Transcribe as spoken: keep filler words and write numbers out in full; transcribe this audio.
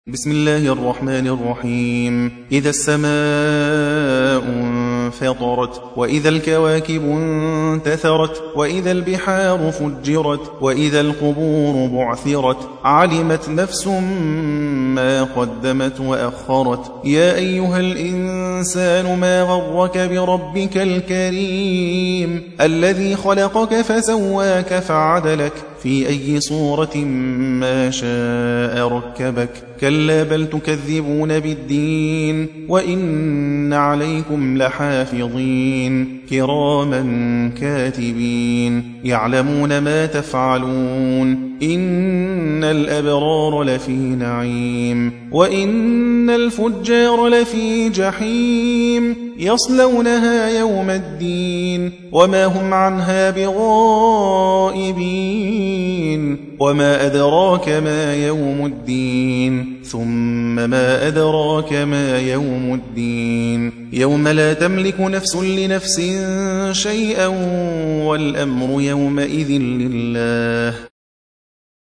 بسم الله الرحمن الرحيم. إذا السماء انفطرت وإذا الكواكب انتثرت وإذا البحار فجرت وإذا القبور بعثرت علمت نفس ما قدمت وأخرت. يا أيها الإنسان ما غرك بربك الكريم الذي خلقك فسواك فعدلك في أي صورة ما شاء ركبك. كلا بل تكذبون بالدين وإن عليكم لحافظين كراما كاتبين يعلمون ما تفعلون. إن الأبرار لفي نعيم وإن الفجار لفي جحيم يصلونها يوم الدين وما هم عنها بغائبين. وما أدراك ما يوم الدين ثم ما أدراك ما يوم الدين يوم لا تملك نفس لنفس شيئا والأمر يومئذ لله.